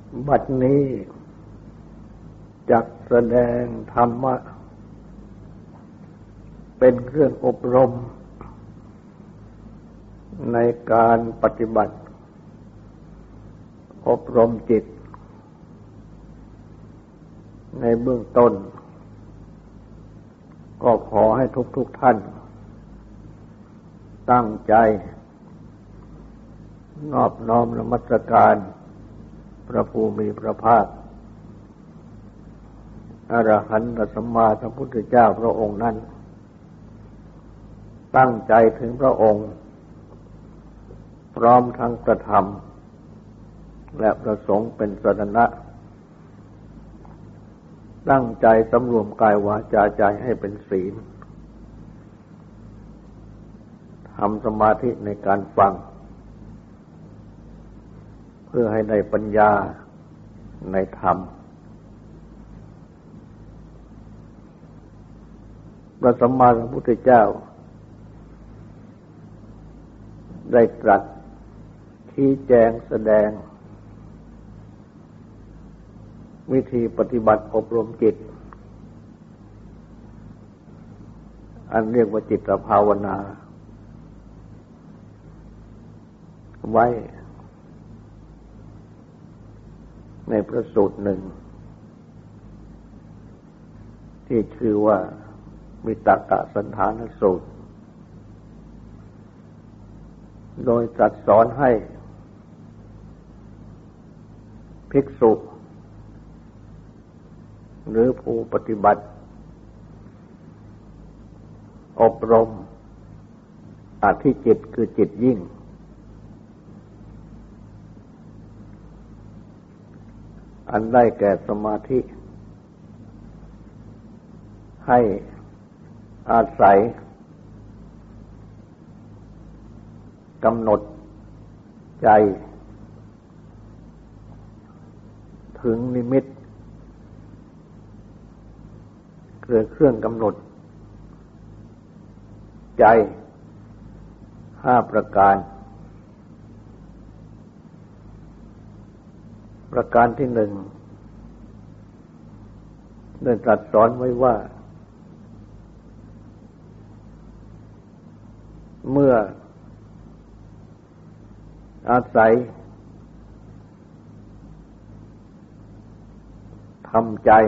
บัดนี้จักแสดงธรรมะเป็นเครื่องอบรมในการปฏิบัติอบรมจิตในเบื้องต้นก็ขอให้ทุกท่านตั้งใจนอบน้อมนมัสการพระภูมิพระภาคอรหันตสัมมาสัมพุทธเจ้าพระองค์นั้นตั้งใจถึงพระองค์พร้อมทั้งประธรรมและประสงค์เป็นสรณะตั้งใจสำรวมกายวาจาใจให้เป็นศีลทำสมาธิในการฟังเพื่อให้ได้ปัญญาในธรรมพระสัมมาสัมพุทธเจ้าได้ตรัสชี้แจงแสดงวิธีปฏิบัติอบรมจิตอันเรียกว่าจิตภาวนาไว้ในพระสูตรหนึ่งที่ชื่อว่าวิตกสันธานสูตรโดยตรัสสอนให้ภิกษุหรือผู้ปฏิบัติอบรมอธิจิตคือจิตยิ่งอันได้แก่สมาธิให้อาศัยกำหนดใจถึงนิมิตคือเครื่องกำหนดใจ5 ประการประการที่ 1ได้ตรัสสอนไว้ว่าเมื่ออาศัยทำใจ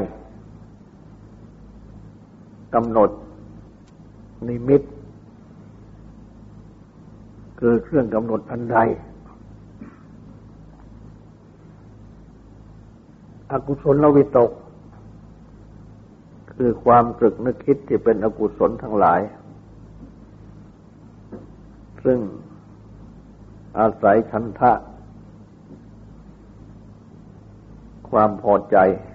กำหนดนิมิตคือเครื่องกำหนดอันใดอกุศลวิตกคือความตรึกนึกคิดที่เป็นอกุศลทั้งหลายซึ่งอาศัยฉันทะความพอใจ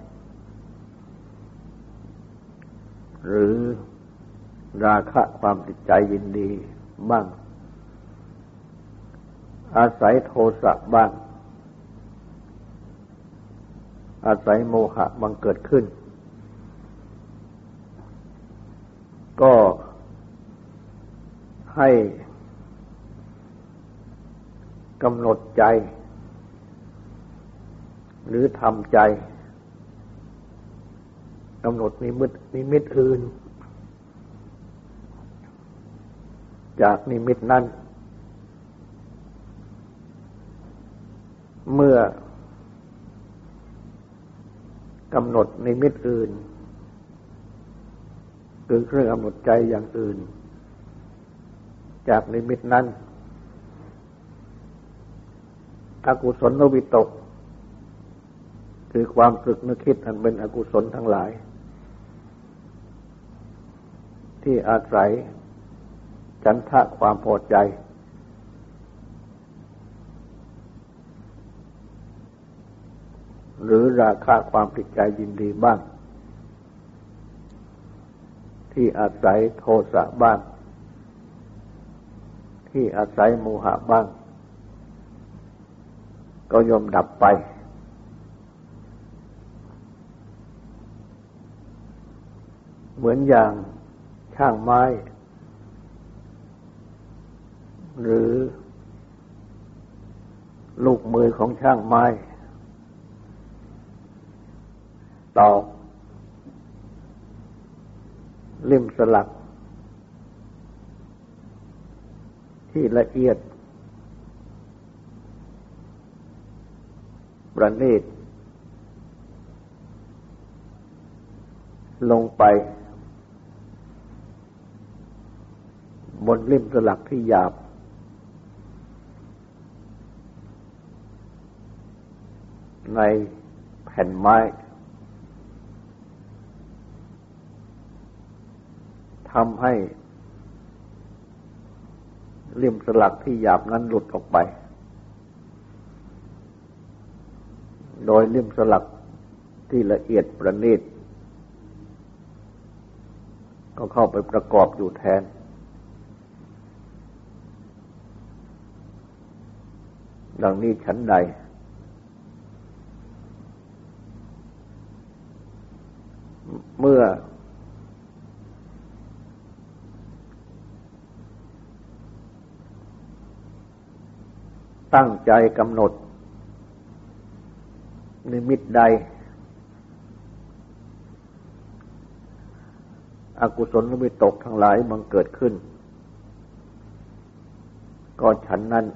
หรือราคะความติดใจยินดีบ้างอาศัยโทสะบ้างอาศัยโมหะบังเกิดขึ้นก็ให้กำหนดใจหรือทำใจกำหนดนิมิตอื่นจากนิมิตนั้นเมื่อกำหนดนิมิตอื่นคือเครื่องกำหนดใจอย่างอื่นจากนิมิตนั้นอกุศลวิตกคือความตรึกนึกคิดอันเป็นอกุศลทั้งหลายที่อาศัยฉันทะความพอใจหรือราคะความติดใจยินดีบ้างที่อาศัยโทสะบ้างที่อาศัยโมหะบ้างก็ย่อมดับไปเหมือนอย่างช่างไม้หรือลูกมือของช่างไม้ตอกลิ่มสลักที่ละเอียดประณีตลงไปบนลิ่มสลักที่หยาบในแผ่นไม้ทำให้ลิ่มสลักที่หยาบนั้นหลุดออกไปโดยลิ่มสลักที่ละเอียดประณีตก็เข้าไปประกอบอยู่แทนดังนี้ฉันใดเมื่อตั้งใจกำหนดนิมิตใดอกุศลวิตกทั้งหลายบังเกิดขึ้นก็ฉันนั้น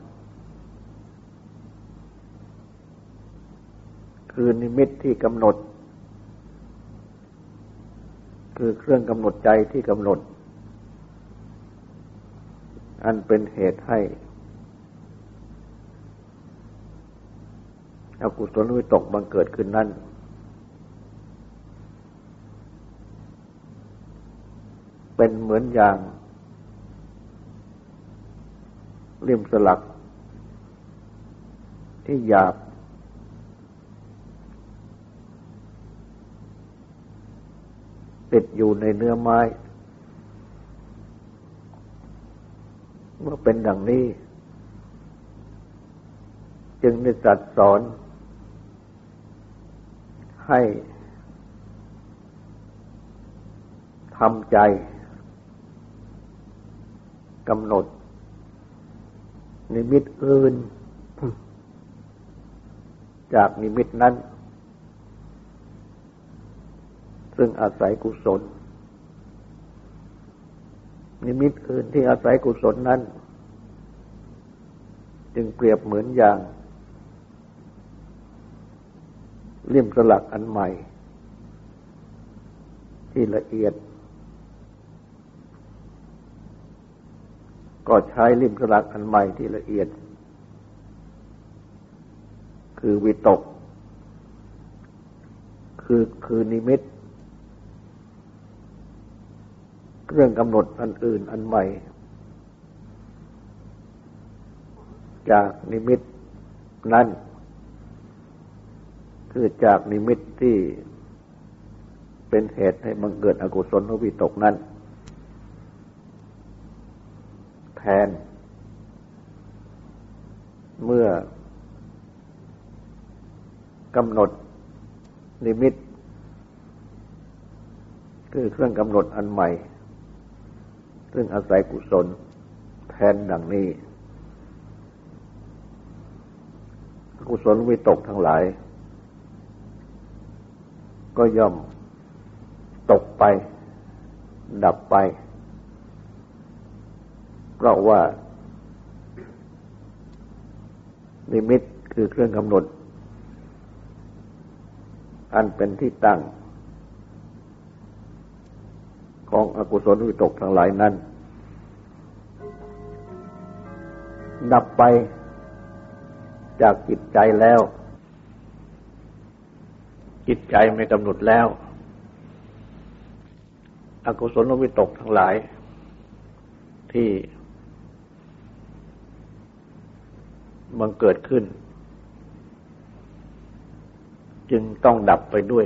คือนิมิตที่กำหนดคือเครื่องกำหนดใจที่กำหนดอันเป็นเหตุให้อกุศลวิตกบังเกิดขึ้นนั้นเป็นเหมือนอย่างลิ่มสลักที่หยาบติดอยู่ในเนื้อไม้เมื่อเป็นดังนี้จึงได้ตรัสสอนให้ทำใจกำหนดนิมิตอื่นจากนิมิตนั้นซึ่งอาศัยกุศลนิมิตอื่นที่อาศัยกุศลนั้นจึงเปรียบเหมือนอย่างลิ่มสลักอันใหม่ที่ละเอียดก็ใช้ลิ่มสลักอันใหม่ที่ละเอียดคือวิตกคือนิมิตเรื่องกำหนดอันอื่นอันใหม่จากนิมิตนั้นคือจากนิมิตที่เป็นเหตุให้บังเกิดอกุศลวิตกนั้นแทนเมื่อกำหนดนิมิตคือเครื่องกำหนดอันใหม่ซึ่งอาศัยกุศลแทนดังนี้กุศลวิตกทั้งหลายก็ย่อมตกไปดับไปเพราะว่านิมิตคือเครื่องกำหนดอันเป็นที่ตั้งของอกุศลวิตกทั้งหลายนั้นดับไปจากจิตใจแล้วจิตใจไม่กำหนดแล้วอกุศลวิตกทั้งหลายที่บังเกิดขึ้นจึงต้องดับไปด้วย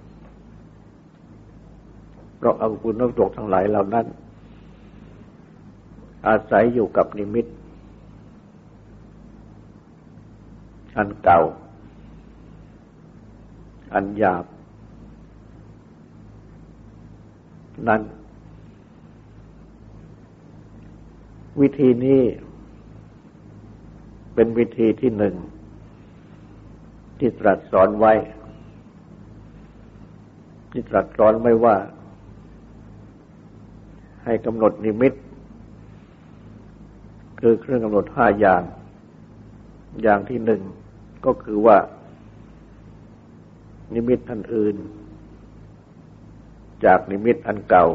เพราะอกุศลวิตกทั้งหลายเหล่านั้นอาศัยอยู่กับนิมิตอันเก่าอันหยาบนั้นวิธีนี้เป็นวิธีที่หนึ่งที่ตรัสสอนไว้ที่ตรัสสอนไม่ว่าให้กำหนดนิมิตคือเครื่องกำหนด5 อย่างอย่างที่ 1ก็คือว่านิมิตอันอื่นจากนิมิตอันเก่า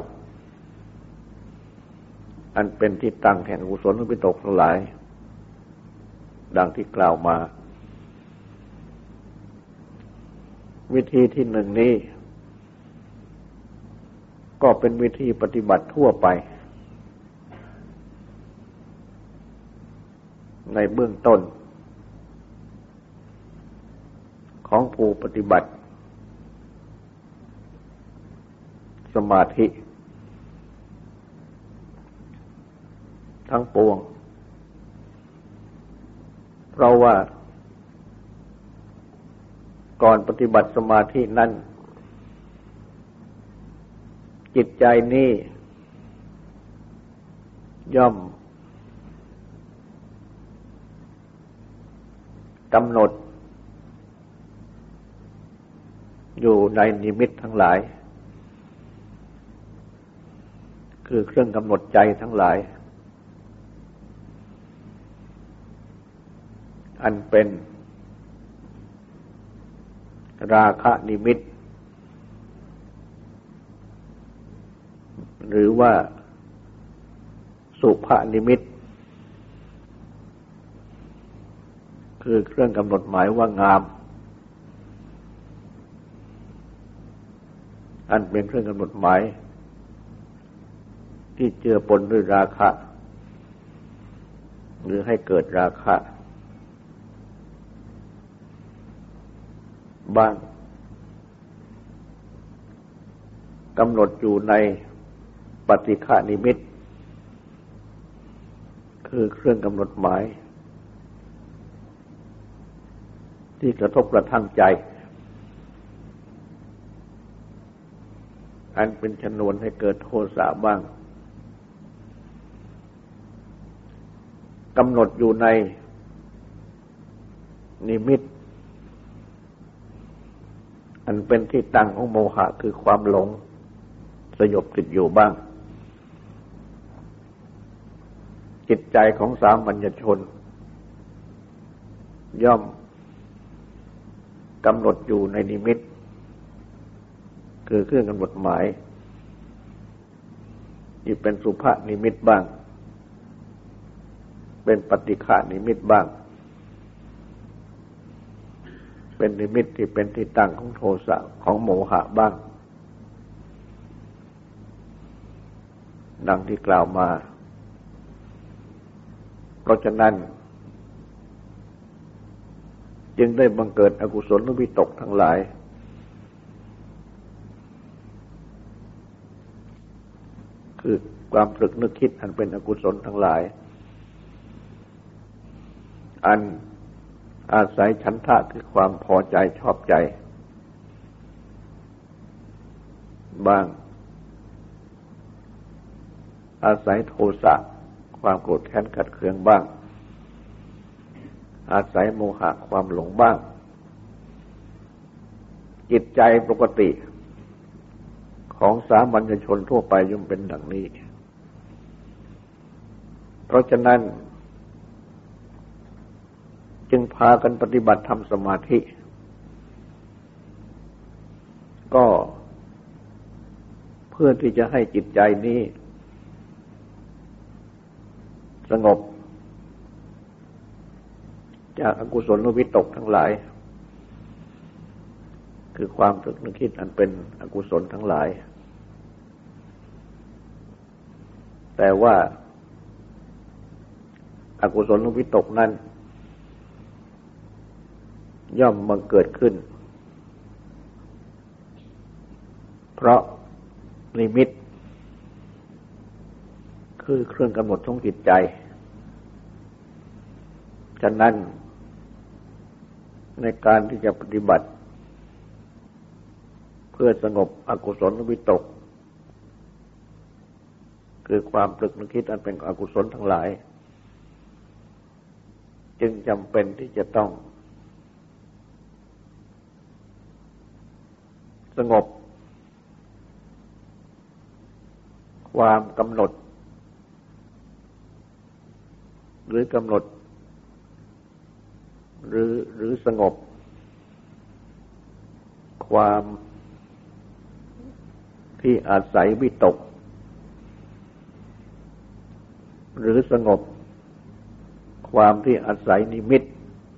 อันเป็นที่ตั้งแห่งกุศลวิตกทั้งหลายดังที่กล่าวมาวิธีที่ 1นี้ก็เป็นวิธีปฏิบัติทั่วไปในเบื้องต้นของผู้ปฏิบัติสมาธิทั้งปวงเพราะว่าก่อนปฏิบัติสมาธินั้นจิตใจนี้ย่อมกำหนดอยู่ในนิมิตทั้งหลายคือเครื่องกำหนดใจทั้งหลายอันเป็นราคะนิมิตหรือว่าสุภนิมิตคือเครื่องกำหนดหมายว่างามอันเป็นเครื่องกำหนดหมายที่เจือปนด้วยราคะหรือให้เกิดราคะบ้างกำหนดอยู่ในปฏิฆานิมิตคือเครื่องกำหนดหมายที่กระทบกระทั่งใจอันเป็นชนวนให้เกิดโทสะบ้างกำหนดอยู่ในนิมิตอันเป็นที่ตั้งของโมหะคือความหลงสยบติดอยู่บ้างจิตใจของสามัญชนย่อมกำหนดอยู่ในนิมิตคือเครื่องกำหนดหมายที่เป็นสุภนิมิตบ้างเป็นปฏิฆานิมิตบ้างเป็นนิมิตที่เป็นที่ตั้งของโทสะของโมหะบ้างดังที่กล่าวมาเพราะฉะนั้นจึงได้บังเกิดอกุศลวิตกทั้งหลายคือความตรึกนึกคิดอันเป็นอกุศลทั้งหลายอันอาศัยฉันทะคือความพอใจชอบใจบ้างอาศัยโทสะความโกรธแค้นขัดเคืองบ้างอาศัยโมหะความหลงบ้างจิตใจปกติของสามัญชนทั่วไปย่อมเป็นดังนี้เพราะฉะนั้นจึงพากันปฏิบัติทำสมาธิก็เพื่อที่จะให้จิตใจนี้สงบจากอกุศลวิตกทั้งหลายคือความตรึกนึกคิดอันเป็นอกุศลทั้งหลายแต่ว่าอกุศลวิตกนั้นย่อมบังเกิดขึ้นเพราะนิมิตคือเครื่องกำหนดของจิตใจฉะนั้นในการที่จะปฏิบัติเพื่อสงบอกุศลวิตกคือความตรึกนึกคิดอันเป็นอกุศลทั้งหลายจึงจำเป็นที่จะต้องสงบความกำหนดหรือกำหนดหรือสงบความที่อาศัยวิตกหรือสงบความที่อาศัยนิมิต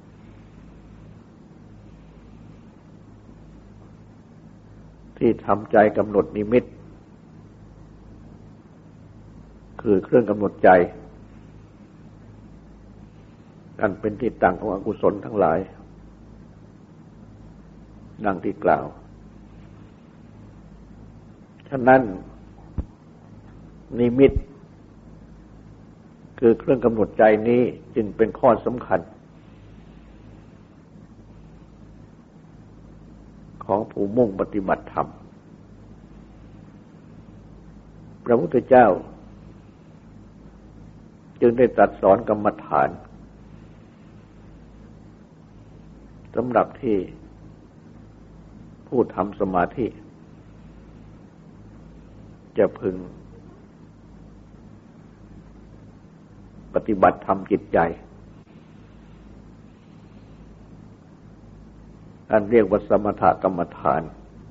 ที่ทำใจกำหนดนิมิตคือเครื่องกำหนดใจอันเป็นที่ตั้งของอกุศลทั้งหลายดังที่กล่าวฉะนั้นนิมิตคือเครื่องกำหนดใจนี้จึงเป็นข้อสำคัญของผู้มุ่งปฏิบัติธรรมพระพุทธเจ้าจึงได้ตรัสสอนกรรมฐานสำหรับที่ผู้ทำสมาธิจะพึงปฏิบัติธรรมจิตใจอันเรียกว่าสมถกรรมฐาน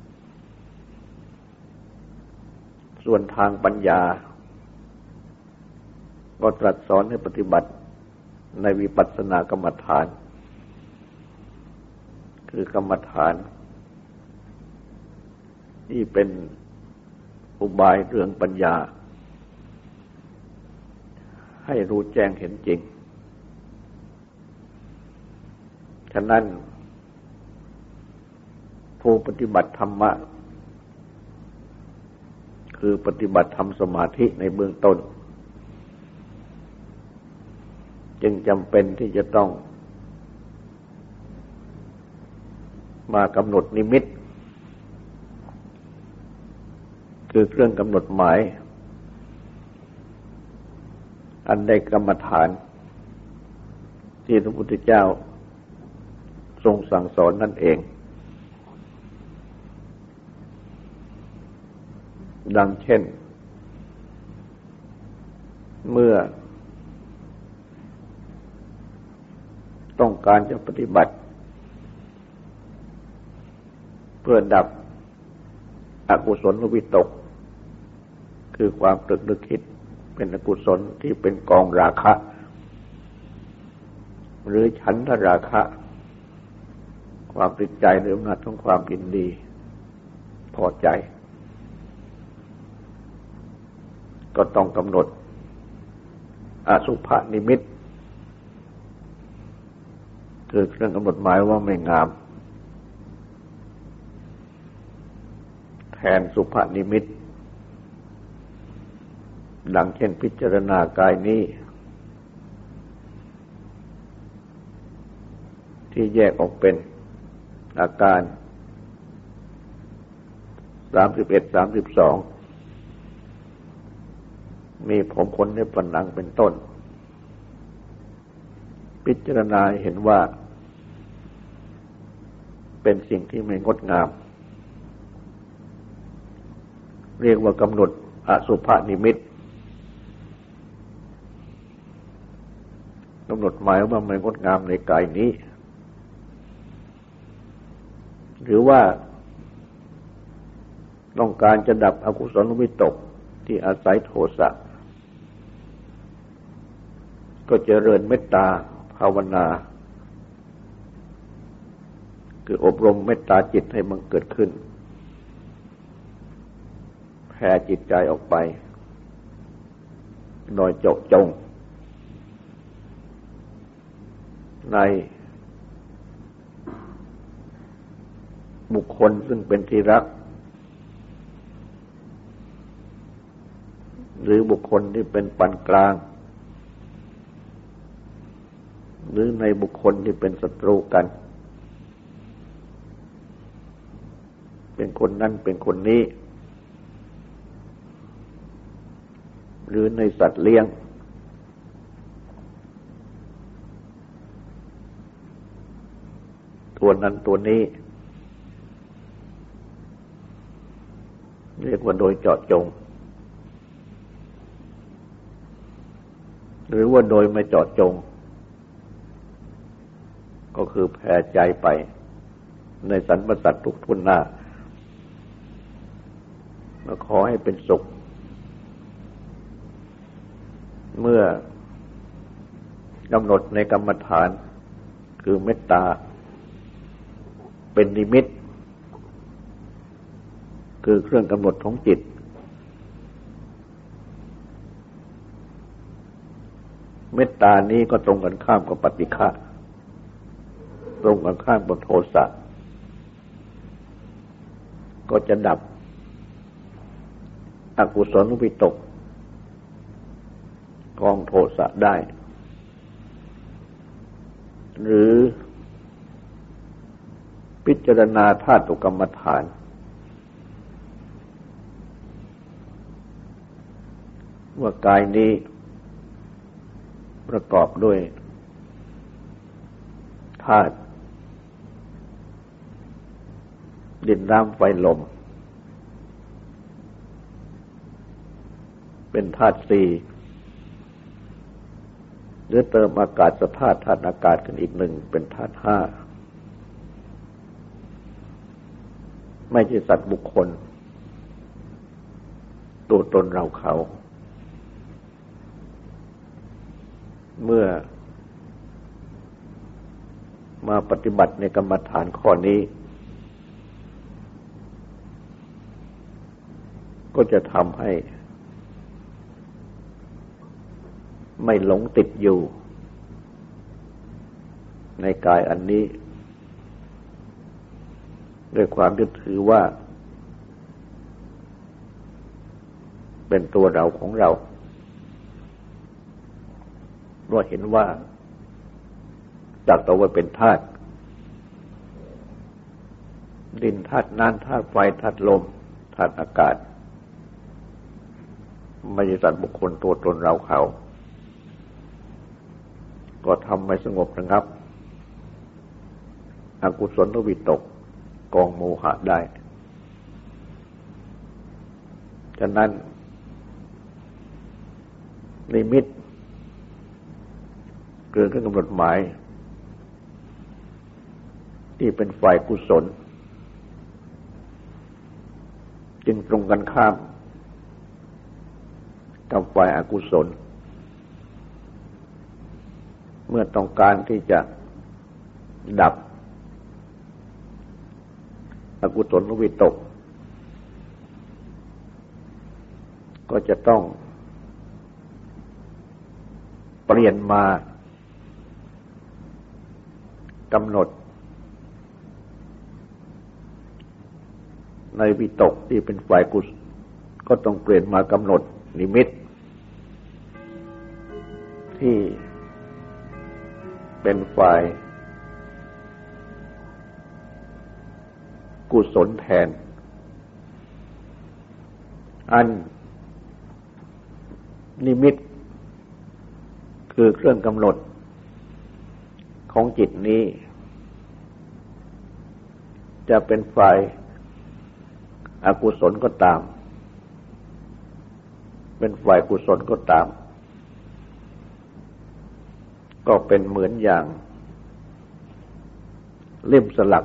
ส่วนทางปัญญาก็ตรัสสอนให้ปฏิบัติในวิปัสสนากรรมฐานคือกรรมฐานที่เป็นอุบายเรื่องปัญญาให้รู้แจ้งเห็นจริงฉะนั้นผู้ปฏิบัติธรรมะคือปฏิบัติธรรมสมาธิในเบื้องต้นจึงจำเป็นที่จะต้องมากำหนดนิมิตคือเครื่องกำหนดหมายอันใดกรรมฐานที่พระพุทธเจ้าทรงสั่งสอนนั่นเองดังเช่นเมื่อต้องการจะปฏิบัติเพื่อดับอกุศลวิตกคือความตรึกนึกคิดเป็นอกุศลที่เป็นกองราคะหรือฉันทราคะความติดใจหรืออำนาจของความยินดีพอใจก็ต้องกำหนดอสุภนิมิตคือเครื่องกำหนดหมายว่าไม่งามแทนสุภนิมิตดังเช่นพิจารณากายนี้ที่แยกออกเป็นอาการ31 32มีผมขนเล็บฟันหนังเป็นต้นพิจารณาเห็นว่าเป็นสิ่งที่ไม่งดงามเรียกว่ากำหนดอสุภนิมิตกำหนดหมายว่าไม่งดงามในกายนี้หรือว่าต้องการจะดับอกุศลวิตกที่อาศัยโทสะก็เจริญเมตตาภาวนาคืออบรมเมตตาจิตให้มันเกิดขึ้นแผ่จิตใจออกไปโดยเจาะจงในบุคคลซึ่งเป็นที่รักหรือบุคคลที่เป็นปานกลางหรือในบุคคลที่เป็นศัตรูกันเป็นคนนั้นเป็นคนนี้หรือในสัตว์เลี้ยงตัวนั้นตัวนี้เรียกว่าโดยเจาะจงหรือว่าโดยไม่เจาะจงก็คือแผ่ใจไปในสรรพสัตว์ทุกทุนหน้ามาขอให้เป็นสุขเมื่อกำหนดในกรรมฐานคือเมตตาเป็นนิมิตคือเครื่องกำหนดของจิตเมตตานี้ก็ตรงกันข้ามกับปฏิฆะตรงกันข้ามกับโทสะก็จะดับอกุศลวิตกกองโทสะได้หรือพิจารณาธาตุกรรมฐานว่ากายนี้ประกอบด้วยธาตุดินน้ำไฟลมเป็นธาตุสี่หรือเติมอากาศธาตุอากาศกันอีกหนึ่งเป็นธาตุห้าไม่ใช่สัตว์บุคคลตัวตนเราเขาเมื่อมาปฏิบัติในกรรมฐานข้อนี้ก็จะทำให้ไม่หลงติดอยู่ในกายอันนี้ด้วยความยึดถือว่าเป็นตัวเราของเราเพราะเห็นว่าจักแต่ว่าเป็นธาตุดินธาตุน้ำธาตุไฟธาตุลมธาตุอากาศไม่ใช่สัตว์บุคคลตัวตนเราเขาก็ทำไม่สงบระงับอกุศลวิตกกองโมหะได้ฉะนั้นนิมิตเกิดขึ้นกำหนดหมายที่เป็นฝ่ายกุศลจึงตรงกันข้ามกับฝ่ายอกุศลเมื่อต้องการที่จะดับอกุศลวิตกก็จะต้องเปลี่ยนมากำหนดในวิตกที่เป็นฝ่ายกุศลก็ต้องเปลี่ยนมากำหนดนิมิตที่เป็นฝ่ายกุศลแทนอันนิมิตคือเครื่องกำหนดของจิตนี้จะเป็นฝ่ายอกุศลก็ตามเป็นฝ่ายกุศลก็ตามก็เป็นเหมือนอย่างเล่มสลัก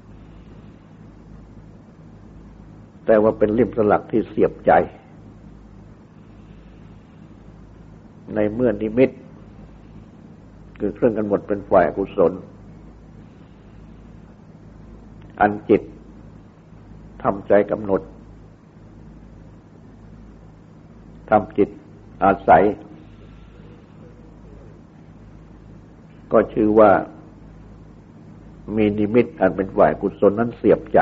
แต่ว่าเป็นเล่มสลักที่เสียบใจในเมื่อนิมิตคือเครื่องกำหนดเป็นฝ่ายอกุศลอันจิตทำใจกำหนดทำจิตอาศัยก็ชื่อว่ามีนิมิตอันเป็นฝ่ายกุศลนั้นเสียบใจ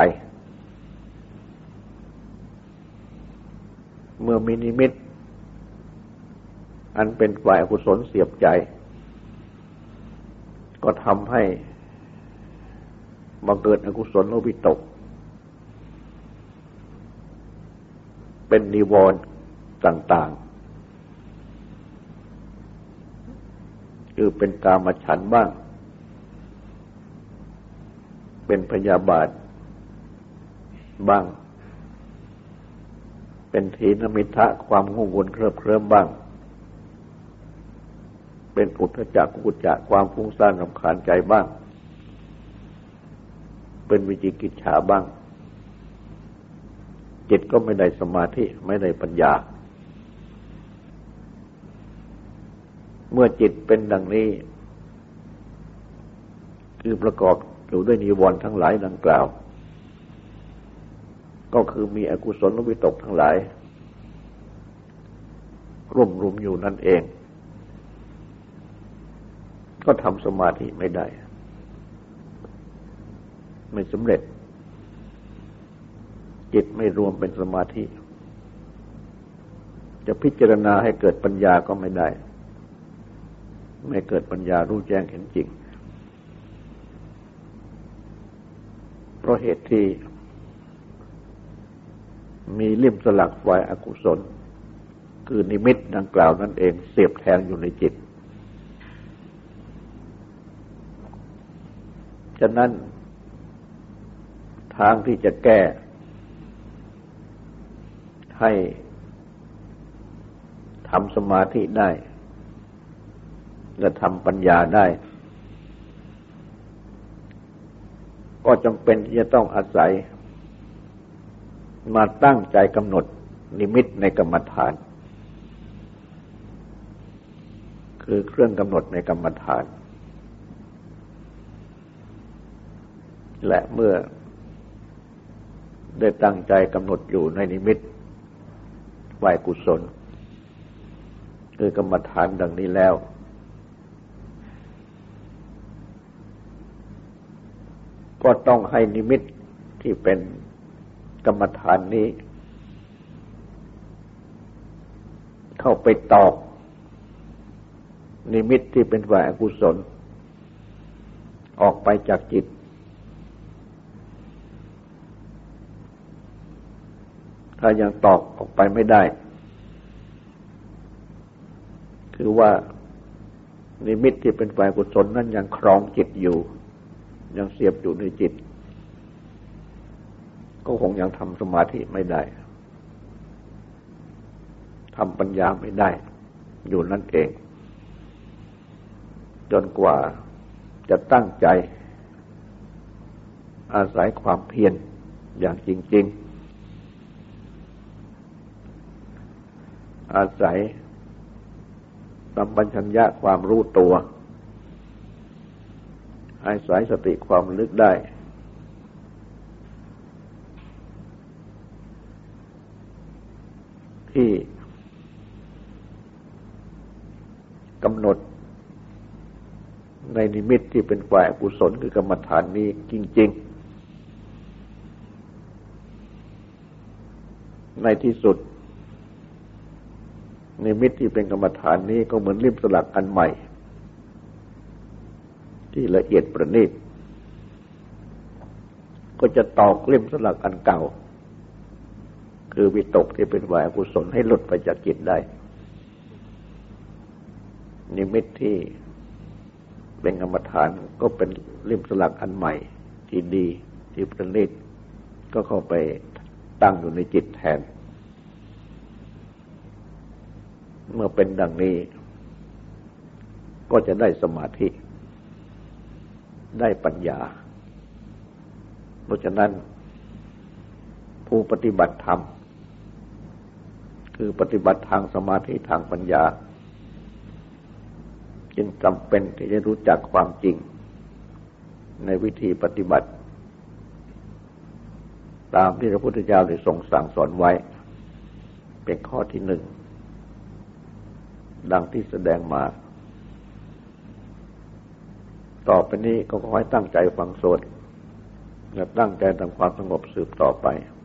เมื่อมีนิมิตอันเป็นฝ่ายอกุศลเสียบใจก็ทำให้บังเกิดอกุศลวิตกเป็นนิวรณ์ต่างๆคือเป็นกามฉันท์บ้างเป็นพยาบาทบ้างเป็นถีนมิทธะความงุ่นงุนเคลิบเคลิ้มบ้างเป็นอุทธัจจะกุกุจจะความฟุ้งซ่านรำคาญใจบ้างเป็นวิจิกิจฉาบ้างจิตก็ไม่ได้สมาธิไม่ได้ปัญญาเมื่อจิตเป็นดังนี้คือประกอบอยู่ด้วยนิวรณ์ทั้งหลายดังกล่าวก็คือมีอกุศลวิตกทั้งหลายร่วมรุมอยู่นั่นเองก็ทำสมาธิไม่ได้ไม่สำเร็จจิตไม่รวมเป็นสมาธิจะพิจารณาให้เกิดปัญญาก็ไม่ได้ไม่เกิดปัญญารู้แจ้งเห็นจริงเพราะเหตุที่มีลิ่มสลักฝ่ายอกุศลคือนิมิตดังกล่าวนั่นเองเสียบแทงอยู่ในจิตฉะนั้นทางที่จะแก้ให้ทำสมาธิได้และทำปัญญาได้ก็จำเป็นที่จะต้องอาศัยมาตั้งใจกำหนดนิมิตในกรรมฐานคือเครื่องกำหนดในกรรมฐานและเมื่อได้ตั้งใจกำหนดอยู่ในนิมิตฝ่ายกุศลคือกรรมฐานดังนี้แล้วก็ต้องให้นิมิตที่เป็นกรรมฐานนี้เข้าไปตอกนิมิตที่เป็นฝ่ายอกุศลออกไปจากจิตถ้ายังตอกออกไปไม่ได้คือว่านิมิตที่เป็นฝ่ายกุศลนั้นยังครองจิตอยู่ยังเสียบอยู่ในจิตก็คงยังทำสมาธิไม่ได้ทำปัญญาไม่ได้อยู่นั่นเองจนกว่าจะตั้งใจอาศัยความเพียรอย่างจริงๆอาศัยสัมปชัญญะความรู้ตัวอาศัยสติความระลึกได้ที่กำหนดในนิมิตที่เป็นฝ่ายอกุศลคือกรรมฐานนี้จริงๆในที่สุดนิมิตที่เป็นกรรมฐานนี้ก็เหมือนลิ่มสลักอันใหม่ที่ละเอียดประณีตก็จะตอกลิ่มสลักอันเก่าคือวิตกที่เป็นฝ่ายอกุศลให้หลุดไปจากจิตได้นิมิตที่เป็นกรรมฐานก็เป็นลิ่มสลักอันใหม่ที่ดีที่ประณีตก็เข้าไปตั้งอยู่ในจิตแทนเมื่อเป็นดังนี้ก็จะได้สมาธิได้ปัญญาเพราะฉะนั้นผู้ปฏิบัติธรรมคือปฏิบัติทางสมาธิทางปัญญาจึงจำเป็นที่จะรู้จักความจริงในวิธีปฏิบัติตามที่พระพุทธเจ้าได้ทรงสั่งสอนไว้เป็นข้อที่หนึ่งดังที่แสดงมาต่อไปนี้ก็ขอให้ตั้งใจฟังสวดและตั้งใจทำความสงบสืบต่อไป